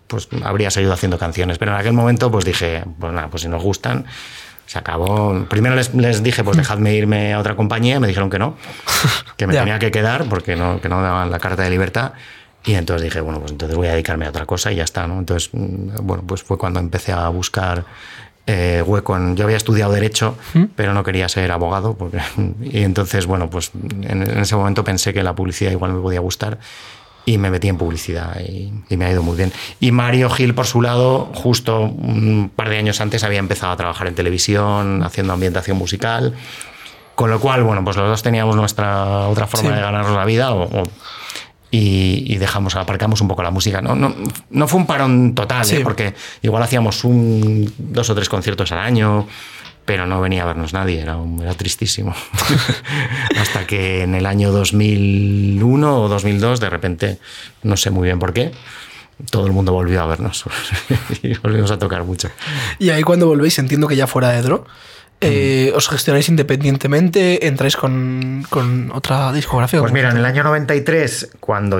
pues habría seguido haciendo canciones. Pero en aquel momento pues dije, pues nada, pues si nos gustan, se acabó. Primero les, les dije, pues dejadme irme a otra compañía, y me dijeron que no, que me Ya. tenía que quedar porque no, que no me daban la carta de libertad. Y entonces dije, bueno, pues entonces voy a dedicarme a otra cosa y ya está, ¿no? Entonces, bueno, pues fue cuando empecé a buscar eh, hueco. En, yo había estudiado Derecho, ¿Mm? pero no quería ser abogado. Porque, y entonces, bueno, pues en, en ese momento pensé que la publicidad igual me podía gustar y me metí en publicidad y, y me ha ido muy bien. Y Mario Gil, por su lado, justo un par de años antes había empezado a trabajar en televisión, haciendo ambientación musical. Con lo cual, bueno, pues los dos teníamos nuestra otra forma sí. de ganarnos la vida o... o Y, y dejamos, aparcamos un poco la música. No, no, no fue un parón total, sí. ¿eh? Porque igual hacíamos un, dos o tres conciertos al año, pero no venía a vernos nadie, era, un, era tristísimo. Hasta que en el año dos mil uno o dos mil dos, de repente, no sé muy bien por qué, todo el mundo volvió a vernos y volvimos a tocar mucho. Y ahí cuando volvéis, entiendo que ya fuera de Dro, Eh, ¿os gestionáis independientemente? ¿Entráis con, con otra discográfica? Pues mira, en el año noventa y tres, cuando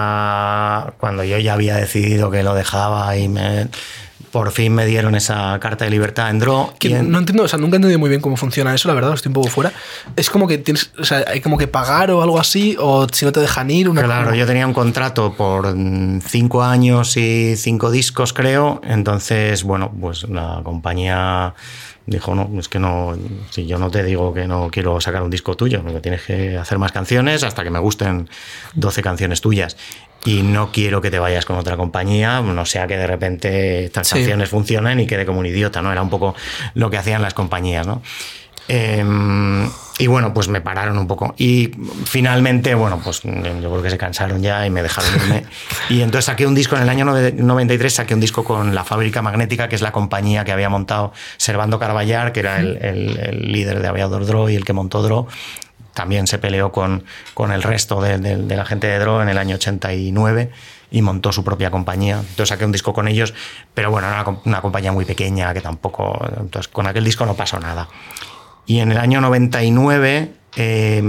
ya cuando yo ya había decidido que lo dejaba y me, por fin me dieron esa carta de libertad en Dro. En... No entiendo, o sea, nunca he entendido muy bien cómo funciona eso, la verdad, estoy un poco fuera. Es como que tienes, o sea, hay como que pagar o algo así, o si no te dejan ir. Una claro, cosa. Yo tenía un contrato por cinco años y cinco discos, creo. Entonces, bueno, pues la compañía dijo, no, es que no, si yo no te digo que no quiero sacar un disco tuyo, porque tienes que hacer más canciones hasta que me gusten doce canciones tuyas. Y no quiero que te vayas con otra compañía, no sea que de repente estas sí. canciones funcionen y quede como un idiota, ¿no? Era un poco lo que hacían las compañías, ¿no? Eh, y bueno, pues me pararon un poco. Y finalmente, bueno, pues yo creo que se cansaron ya y me dejaron irme. Y entonces saqué un disco en el año noventa y tres, saqué un disco con La Fábrica Magnética, que es la compañía que había montado Servando Carballar, que era el, el, el líder de Aviador Dro y el que montó Dro. También se peleó con, con el resto de, de, de la gente de Dro en el año ochenta y nueve y montó su propia compañía. Entonces saqué un disco con ellos, pero bueno, era una, una compañía muy pequeña que tampoco... Entonces con aquel disco no pasó nada. Y en el año noventa y nueve, eh,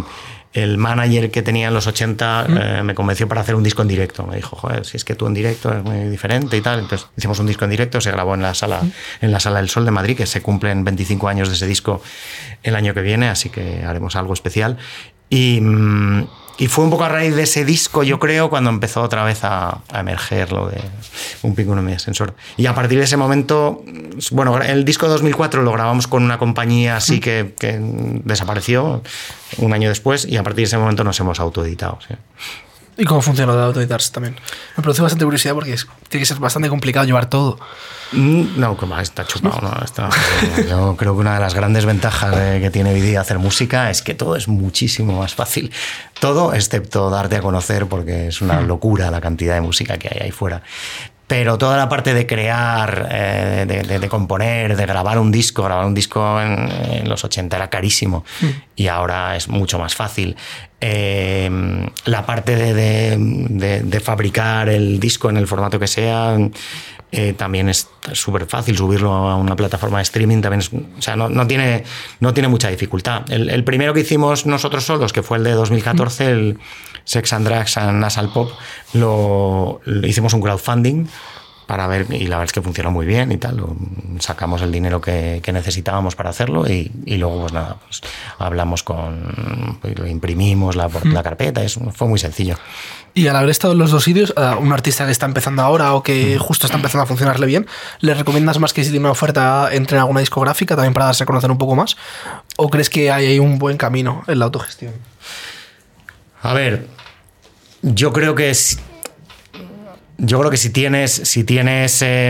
el manager que tenía en los ochenta ¿Mm? eh, me convenció para hacer un disco en directo. Me dijo, joder, si es que tú en directo es muy diferente y tal. Entonces hicimos un disco en directo, se grabó en la sala, ¿Mm? en la Sala del Sol de Madrid, que se cumplen veinticinco años de ese disco el año que viene, así que haremos algo especial. Y... Mm, Y fue un poco a raíz de ese disco, yo creo, cuando empezó otra vez a, a emerger lo de Un Pingüino en mi ascensor. Y a partir de ese momento, bueno, el disco de dos mil cuatro lo grabamos con una compañía así que, que desapareció un año después y a partir de ese momento nos hemos autoeditado. ¿Sí? ¿Y cómo funciona lo de autoeditarse también? Me produce bastante curiosidad porque es, tiene que ser bastante complicado llevar todo. No, como está chupado, ¿no? Está, yo creo que una de las grandes ventajas de que tiene hoy día hacer música es que todo es muchísimo más fácil. Todo excepto darte a conocer, porque es una locura la cantidad de música que hay ahí fuera. Pero toda la parte de crear, eh, de, de, de componer, de grabar un disco, grabar un disco en, en los ochenta era carísimo mm. y ahora es mucho más fácil. Eh, la parte de, de, de, de fabricar el disco en el formato que sea eh, también es súper fácil. Subirlo a una plataforma de streaming también es, o sea, no, no, tiene, no tiene mucha dificultad. El, el primero que hicimos nosotros solos, que fue el de dos mil catorce, mm. el Sex and Drugs and Nasal Pop, lo, lo hicimos un crowdfunding para ver, y la verdad es que funcionó muy bien y tal. Sacamos el dinero que, que necesitábamos para hacerlo y, y luego pues nada, pues hablamos con, pues, lo imprimimos la, por la carpeta, eso fue muy sencillo. Y al haber estado en los dos sitios, a un artista que está empezando ahora o que justo está empezando a funcionarle bien, ¿le recomiendas más que si tiene una oferta entre en alguna discográfica también para darse a conocer un poco más? ¿O crees que hay ahí un buen camino en la autogestión? A ver, yo creo que es, yo creo que si tienes si tienes eh,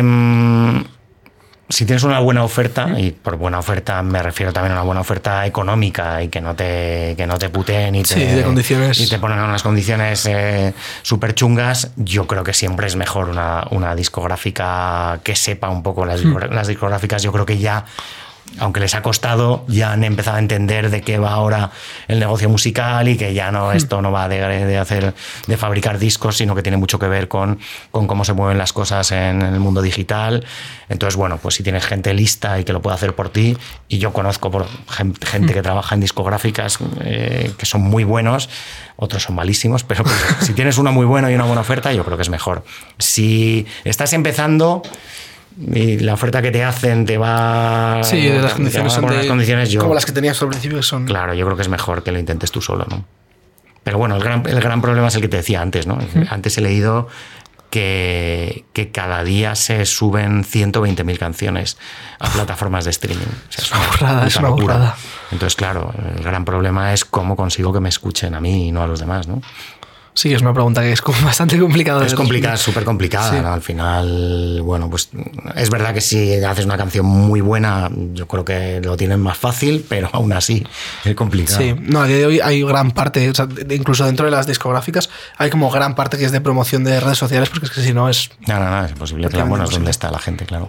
si tienes una buena oferta, y por buena oferta me refiero también a una buena oferta económica y que no te que no te puteen y te, sí, de condiciones. y te ponen en unas condiciones eh, súper chungas, yo creo que siempre es mejor una, una discográfica que sepa un poco las, mm. las discográficas. Yo creo que ya aunque les ha costado, ya han empezado a entender de qué va ahora el negocio musical y que ya no, esto no va de, de hacer, de fabricar discos, sino que tiene mucho que ver con, con cómo se mueven las cosas en el mundo digital. Entonces, bueno, pues si tienes gente lista y que lo puede hacer por ti, y yo conozco por gente, gente que trabaja en discográficas eh, que son muy buenos, otros son malísimos, pero pues, si tienes uno muy bueno y una buena oferta, yo creo que es mejor. Si estás empezando y la oferta que te hacen te va... Sí, de las condiciones son de, las condiciones yo, como las que tenías al principio, que son... Claro, yo creo que es mejor que lo intentes tú solo, ¿no? Pero bueno, el gran, el gran problema es el que te decía antes, ¿no? ¿Mm? Antes he leído que, que cada día se suben ciento veinte mil canciones a plataformas de streaming. O sea, es una burrada, es una burrada. Entonces, claro, el gran problema es cómo consigo que me escuchen a mí y no a los demás, ¿no? Sí, es una pregunta que es bastante complicada. Es complicada, súper complicada. Sí. ¿No? Al final, bueno, pues es verdad que si haces una canción muy buena, yo creo que lo tienen más fácil, pero aún así es complicado. Sí, no, a día de hoy hay gran parte, o sea, incluso dentro de las discográficas, hay como gran parte que es de promoción de redes sociales, porque es que si no es... No, no, no, es imposible. Claro, bueno, es donde está la gente, claro.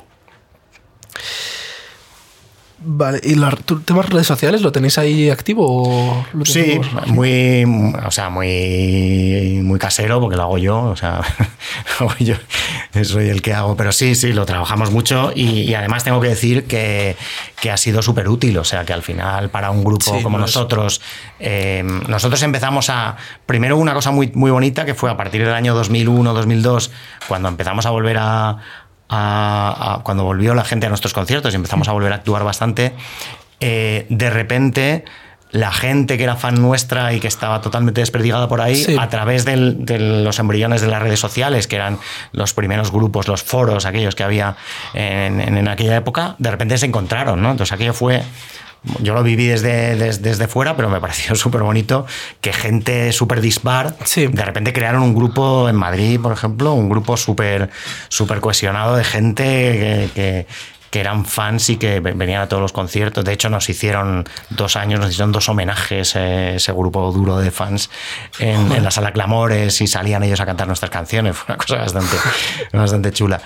Vale, ¿y los temas redes sociales lo tenéis ahí activo? O lo sí, muy, o sea, muy, muy casero, porque lo hago yo, o sea, lo hago yo, soy el que hago, pero sí, sí, lo trabajamos mucho y, y además tengo que decir que, que ha sido súper útil, o sea, que al final para un grupo sí, como pues... nosotros, eh, nosotros empezamos a, primero una cosa muy, muy bonita que fue a partir del año dos mil uno, dos mil dos, cuando empezamos a volver a A, a, cuando volvió la gente a nuestros conciertos y empezamos a volver a actuar bastante, eh, de repente la gente que era fan nuestra y que estaba totalmente desperdigada por ahí, sí. a través del, de los embriones de las redes sociales, que eran los primeros grupos, los foros, aquellos que había en, en, en aquella época, de repente se encontraron, ¿no? Entonces aquello fue... Yo lo viví desde, desde, desde fuera, pero me pareció súper bonito que gente súper dispar, sí. de repente crearon un grupo en Madrid, por ejemplo, un grupo súper súper cohesionado de gente que, que, que eran fans y que venían a todos los conciertos. De hecho, nos hicieron dos años, nos hicieron dos homenajes, eh, ese grupo duro de fans, en, en la Sala Clamores, y salían ellos a cantar nuestras canciones. Fue una cosa bastante, bastante chula.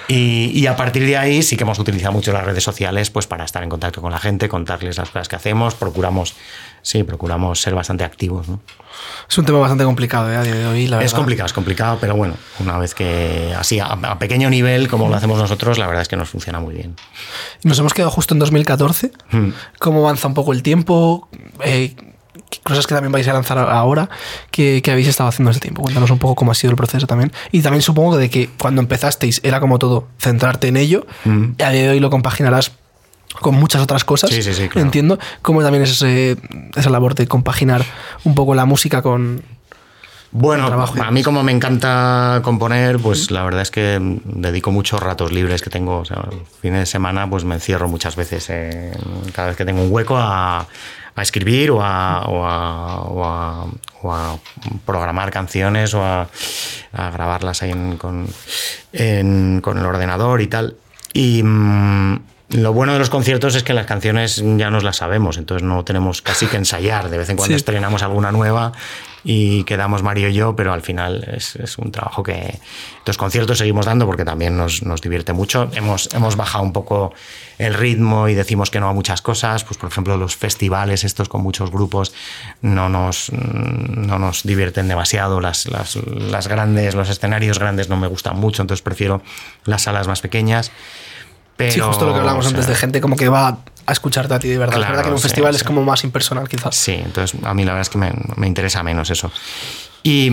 Y, y a partir de ahí sí que hemos utilizado mucho las redes sociales pues para estar en contacto con la gente, contarles las cosas que hacemos, procuramos, sí, procuramos ser bastante activos, ¿no? Es un tema bastante complicado, ¿eh? A día de hoy, la verdad. Es complicado, es complicado, pero bueno, una vez que así a, a pequeño nivel como lo hacemos nosotros, la verdad es que nos funciona muy bien. Nos hemos quedado justo en dos mil catorce. Hmm. ¿Cómo avanza un poco el tiempo? Eh, cosas que también vais a lanzar ahora, que, que habéis estado haciendo ese tiempo. Cuéntanos un poco cómo ha sido el proceso también. Y también supongo de que cuando empezasteis era como todo, centrarte en ello, hmm. y a día de hoy lo compaginarás con muchas otras cosas. Sí, sí, sí, claro. Entiendo cómo también es ese, esa labor de compaginar un poco la música con... Bueno, a mí como me encanta componer, pues la verdad es que dedico muchos ratos libres que tengo. O sea, fines de semana pues me encierro muchas veces, eh, cada vez que tengo un hueco a, a escribir o a, o, a, o, a, o a programar canciones o a, a grabarlas ahí en, con, en, con el ordenador y tal. Y... Mmm, lo bueno de los conciertos es que las canciones ya nos las sabemos, entonces no tenemos casi que ensayar. De vez en cuando sí. estrenamos alguna nueva y quedamos Mario y yo, pero al final es, es un trabajo que los conciertos seguimos dando porque también nos, nos divierte mucho. Hemos, hemos bajado un poco el ritmo y decimos que no a muchas cosas. Pues por ejemplo los festivales estos con muchos grupos no nos, no nos divierten demasiado. Las, las, las grandes, los escenarios grandes no me gustan mucho, entonces prefiero las salas más pequeñas. Pero, sí, justo lo que hablamos o sea, antes de gente como que va a escucharte a ti de verdad. Claro, es verdad que en un sí, festival sí. es como más impersonal quizás. Sí, entonces a mí la verdad es que me, me interesa menos eso. Y,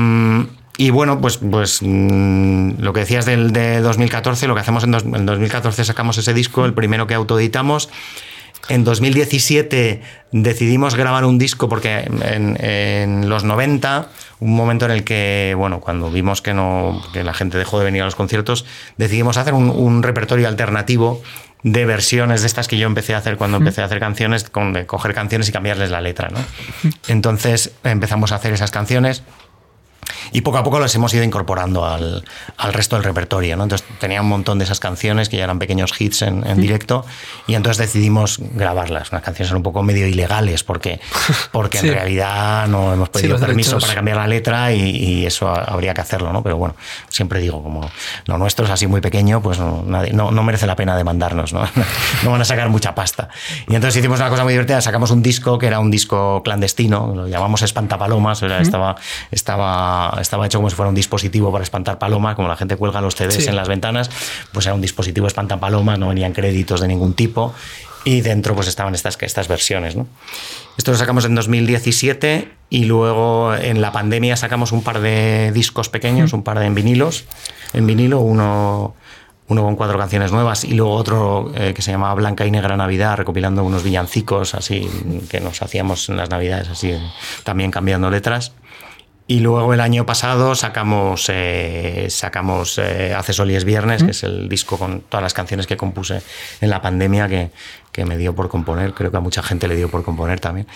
y bueno, pues, pues lo que decías del de dos mil catorce, lo que hacemos en, dos, en dos mil catorce sacamos ese disco, el primero que autoeditamos. En dos mil diecisiete decidimos grabar un disco porque en, en los noventa, un momento en el que, bueno, cuando vimos que, no, que la gente dejó de venir a los conciertos, decidimos hacer un, un repertorio alternativo de versiones de estas que yo empecé a hacer cuando empecé a hacer canciones, con, de coger canciones y cambiarles la letra, ¿no? Entonces empezamos a hacer esas canciones y poco a poco las hemos ido incorporando al, al resto del repertorio, ¿no? Entonces tenía un montón de esas canciones que ya eran pequeños hits en, en directo, y entonces decidimos grabarlas. Unas canciones son un poco medio ilegales porque, porque sí. en realidad no hemos pedido sí, permiso derechos. para cambiar la letra, y, y eso habría que hacerlo, ¿no? Pero bueno, siempre digo, como lo nuestro es así muy pequeño, pues no, nadie, no, no merece la pena demandarnos, ¿no? No van a sacar mucha pasta. Y entonces hicimos una cosa muy divertida, sacamos un disco que era un disco clandestino, lo llamamos Espantapalomas, era, mm. estaba, estaba, estaba hecho como si fuera un dispositivo para espantar palomas, como la gente cuelga los C Ds sí. en las ventanas, pues era un dispositivo Espantapalomas, no venían créditos de ningún tipo, y dentro pues estaban estas, estas versiones, ¿no? Esto lo sacamos en dos mil diecisiete, y luego en la pandemia sacamos un par de discos pequeños, mm. un par de en vinilos, en vinilo, uno... uno con cuatro canciones nuevas, y luego otro eh, que se llamaba Blanca y Negra Navidad, recopilando unos villancicos así que nos hacíamos en las Navidades, así también cambiando letras. Y luego el año pasado sacamos eh, sacamos eh, Hace Sol y es Viernes, ¿Mm? que es el disco con todas las canciones que compuse en la pandemia, que, que me dio por componer, creo que a mucha gente le dio por componer también.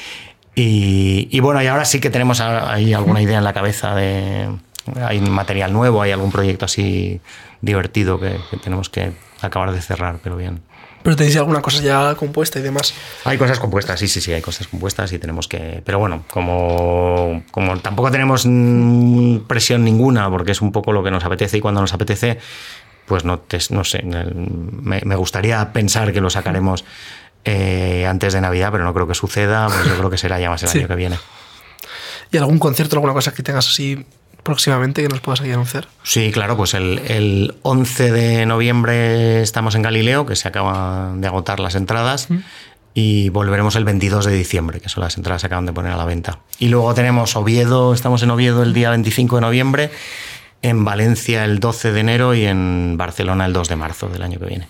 Y, y bueno, y ahora sí que tenemos ahí alguna idea en la cabeza de... Hay material nuevo, hay algún proyecto así divertido que, que tenemos que acabar de cerrar, pero bien. ¿Pero tenéis alguna cosa ya compuesta y demás? Hay cosas compuestas, sí, sí, sí, hay cosas compuestas y tenemos que... Pero bueno, como, como tampoco tenemos presión ninguna, porque es un poco lo que nos apetece, y cuando nos apetece, pues no, te, no sé, me, me gustaría pensar que lo sacaremos eh, antes de Navidad, pero no creo que suceda, pues yo creo que será ya más el sí. año que viene. ¿Y algún concierto, alguna cosa que tengas así próximamente que nos puedas aquí anunciar? Sí, claro, pues el, el once de noviembre estamos en Galileo, que se acaban de agotar las entradas, ¿Mm? y volveremos el veintidós de diciembre, que son las entradas que se acaban de poner a la venta. Y luego tenemos Oviedo, estamos en Oviedo el día veinticinco de noviembre, en Valencia el doce de enero y en Barcelona el dos de marzo del año que viene.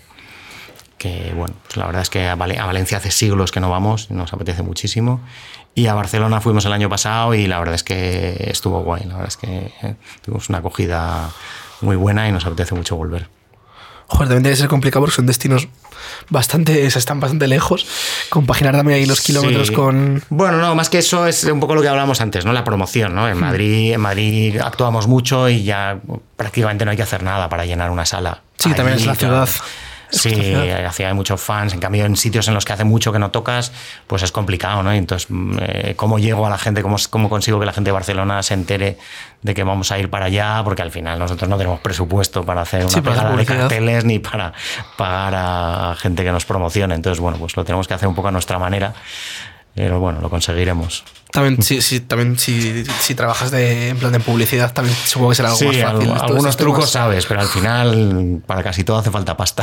Que bueno, pues la verdad es que a Valencia hace siglos que no vamos, nos apetece muchísimo. Y a Barcelona fuimos el año pasado y la verdad es que estuvo guay. La verdad es que eh, tuvimos una acogida muy buena y nos apetece mucho volver. Joder, también debe ser complicado porque son destinos bastante, están bastante lejos. Compaginar también ahí los kilómetros sí. con... Bueno, no, más que eso es un poco lo que hablábamos antes, ¿no? La promoción, ¿no? En Madrid, en Madrid actuamos mucho y ya prácticamente no hay que hacer nada para llenar una sala. Sí, ahí, también es la ciudad. Sí, hay muchos fans. En cambio, en sitios en los que hace mucho que no tocas, pues es complicado, ¿no? Y entonces, eh, ¿cómo llego a la gente? ¿Cómo, ¿Cómo consigo que la gente de Barcelona se entere de que vamos a ir para allá? Porque al final nosotros no tenemos presupuesto para hacer una sí, pegada de carteles ni para pagar a gente que nos promocione. Entonces, bueno, pues lo tenemos que hacer un poco a nuestra manera. Pero bueno, lo conseguiremos. También, si, si, también si, si trabajas de, en plan de publicidad, también supongo que será algo sí, más fácil. Al, algunos trucos temas. sabes, pero al final para casi todo hace falta pasta.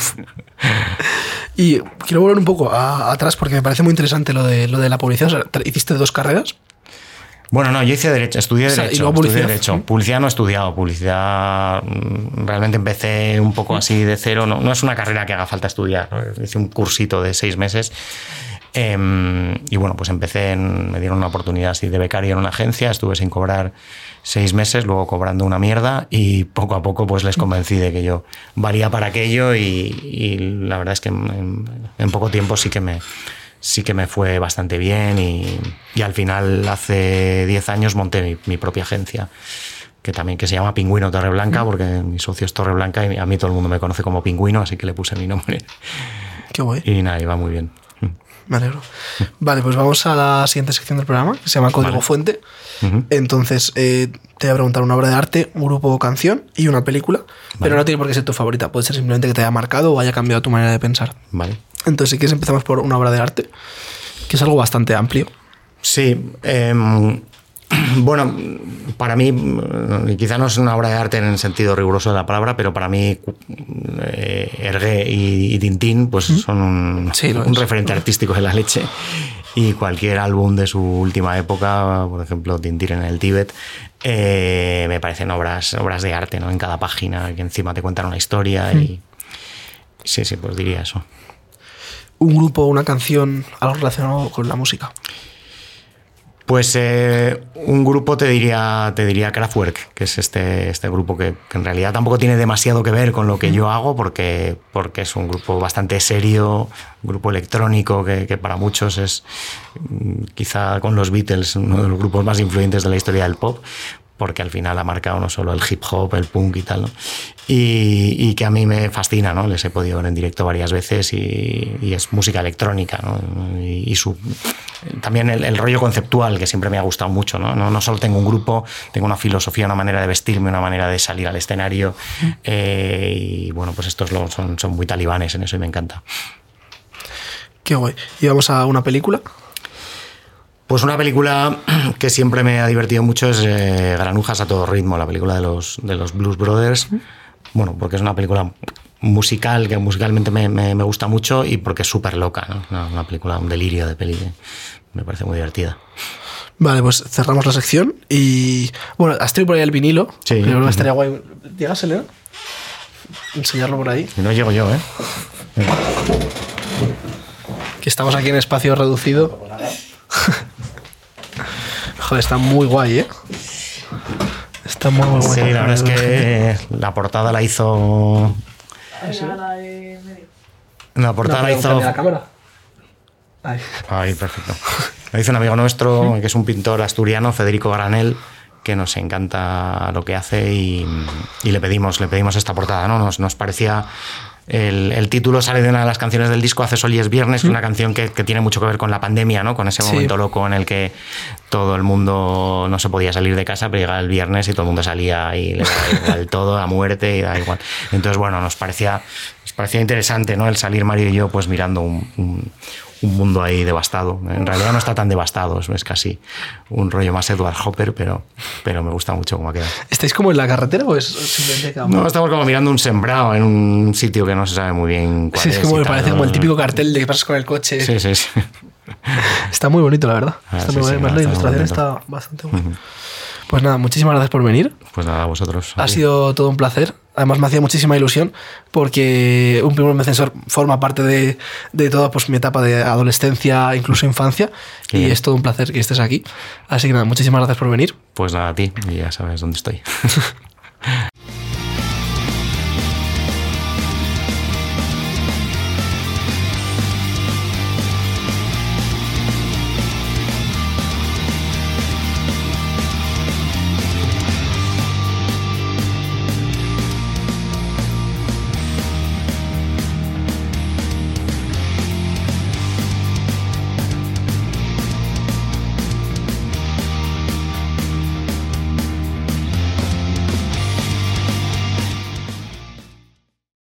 Y quiero volver un poco a, atrás porque me parece muy interesante lo de, lo de la publicidad. O sea, ¿hiciste dos carreras? Bueno, no, yo hice Derecho, estudié Derecho. O sea, ¿y luego publicidad? Estudié Derecho. Publicidad no he estudiado. Publicidad realmente empecé un poco así de cero. No, no es una carrera que haga falta estudiar, ¿no? Hice un cursito de seis meses. Eh, y bueno, pues empecé, en, me dieron una oportunidad así de becario en una agencia, estuve sin cobrar seis meses, luego cobrando una mierda, y poco a poco pues les convencí de que yo valía para aquello, y, y la verdad es que en, en poco tiempo sí que me sí que me fue bastante bien, y, y al final hace diez años monté mi, mi propia agencia, que también que se llama Pingüino Torreblanca, porque mi socio es Torreblanca y a mí todo el mundo me conoce como Pingüino, así que le puse mi nombre. Qué guay. Y nada, iba muy bien. Me alegro. Vale, pues vamos a la siguiente sección del programa, que se llama Código vale. Fuente. Uh-huh. Entonces, eh, te voy a preguntar una obra de arte, un grupo o canción y una película, vale. pero no tiene por qué ser tu favorita, puede ser simplemente que te haya marcado o haya cambiado tu manera de pensar. Vale. Entonces, si quieres, empezamos por una obra de arte, que es algo bastante amplio. Sí, eh, bueno, para mí, quizá no es una obra de arte en el sentido riguroso de la palabra, pero para mí eh, Hergé y, y Tintín pues ¿Mm? son un, sí, un referente artístico de la leche, y cualquier álbum de su última época, por ejemplo Tintín en el Tíbet, eh, me parecen obras, obras de arte, ¿no? En cada página, que encima te cuentan una historia ¿Mm? y sí, sí, pues diría eso. ¿Un grupo o una canción, algo relacionado con la música? Pues eh, un grupo te diría, te diría Kraftwerk, que es este, este grupo que, que en realidad tampoco tiene demasiado que ver con lo que yo hago, porque, porque es un grupo bastante serio, un grupo electrónico que, que para muchos es quizá con los Beatles uno de los grupos más influyentes de la historia del pop, porque al final ha marcado no solo el hip hop, el punk y tal, ¿no? Y, y que a mí me fascina, ¿no? Les he podido ver en directo varias veces y, y es música electrónica, ¿no? Y, y su, también el, el rollo conceptual, que siempre me ha gustado mucho, ¿no? No, no solo tengo un grupo, tengo una filosofía, una manera de vestirme, una manera de salir al escenario, eh, y bueno, pues estos lo, son, son muy talibanes en eso y me encanta. Qué guay. ¿Y vamos a una película? Pues una película que siempre me ha divertido mucho es eh, Granujas a todo ritmo, la película de los, de los Blues Brothers. Bueno, porque es una película musical, que musicalmente me, me, me gusta mucho y porque es súper loca, ¿no? Una, una película, un delirio de peli, me parece muy divertida. Vale, pues cerramos la sección y... Bueno, has traído por ahí el vinilo. Sí. Yo creo que estaría guay. ¿Llegas, Elena? Enseñarlo por ahí. Y no llego yo, ¿eh? Que estamos aquí en espacio reducido. Joder, está muy guay, ¿eh? Está muy, muy guay. Sí, la verdad es que la portada la hizo... La portada no, la hizo... la cámara. Ahí. Ay, perfecto. La hizo un amigo nuestro, que es un pintor asturiano, Federico Granel, que nos encanta lo que hace y, y le pedimos le pedimos esta portada, ¿no? Nos, nos parecía... El, el título sale de una de las canciones del disco, Hace sol y es viernes, que es una canción que, que tiene mucho que ver con la pandemia, ¿no? Con ese momento sí. loco en el que todo el mundo no se podía salir de casa, pero llegaba el viernes y todo el mundo salía y le daba igual todo, a muerte y da igual. Entonces, bueno, nos parecía, nos parecía interesante, ¿no? El salir Mario y yo pues mirando un, un, un mundo ahí devastado. En realidad no está tan devastado, es casi un rollo más Edward Hopper, pero, pero me gusta mucho cómo ha quedado. ¿Estáis como en la carretera o es simplemente cada No, estamos como mirando un sembrado en un sitio que no se sabe muy bien cuál sí, es. es Como me tal, parece ¿no? como el típico cartel de que pasas con el coche. Sí, sí, sí. Está muy bonito, la verdad. Ah, está sí, muy sí, bonito. no, La está ilustración está bastante buena. Uh-huh. Pues nada, muchísimas gracias por venir. Pues nada, a vosotros. Ha sido todo un placer. Además me hacía muchísima ilusión porque Un primer mecensor forma parte de, de toda pues, mi etapa de adolescencia, incluso infancia. Qué y bien. Es todo un placer que estés aquí. Así que nada, muchísimas gracias por venir. Pues nada, a ti. Y ya sabes dónde estoy.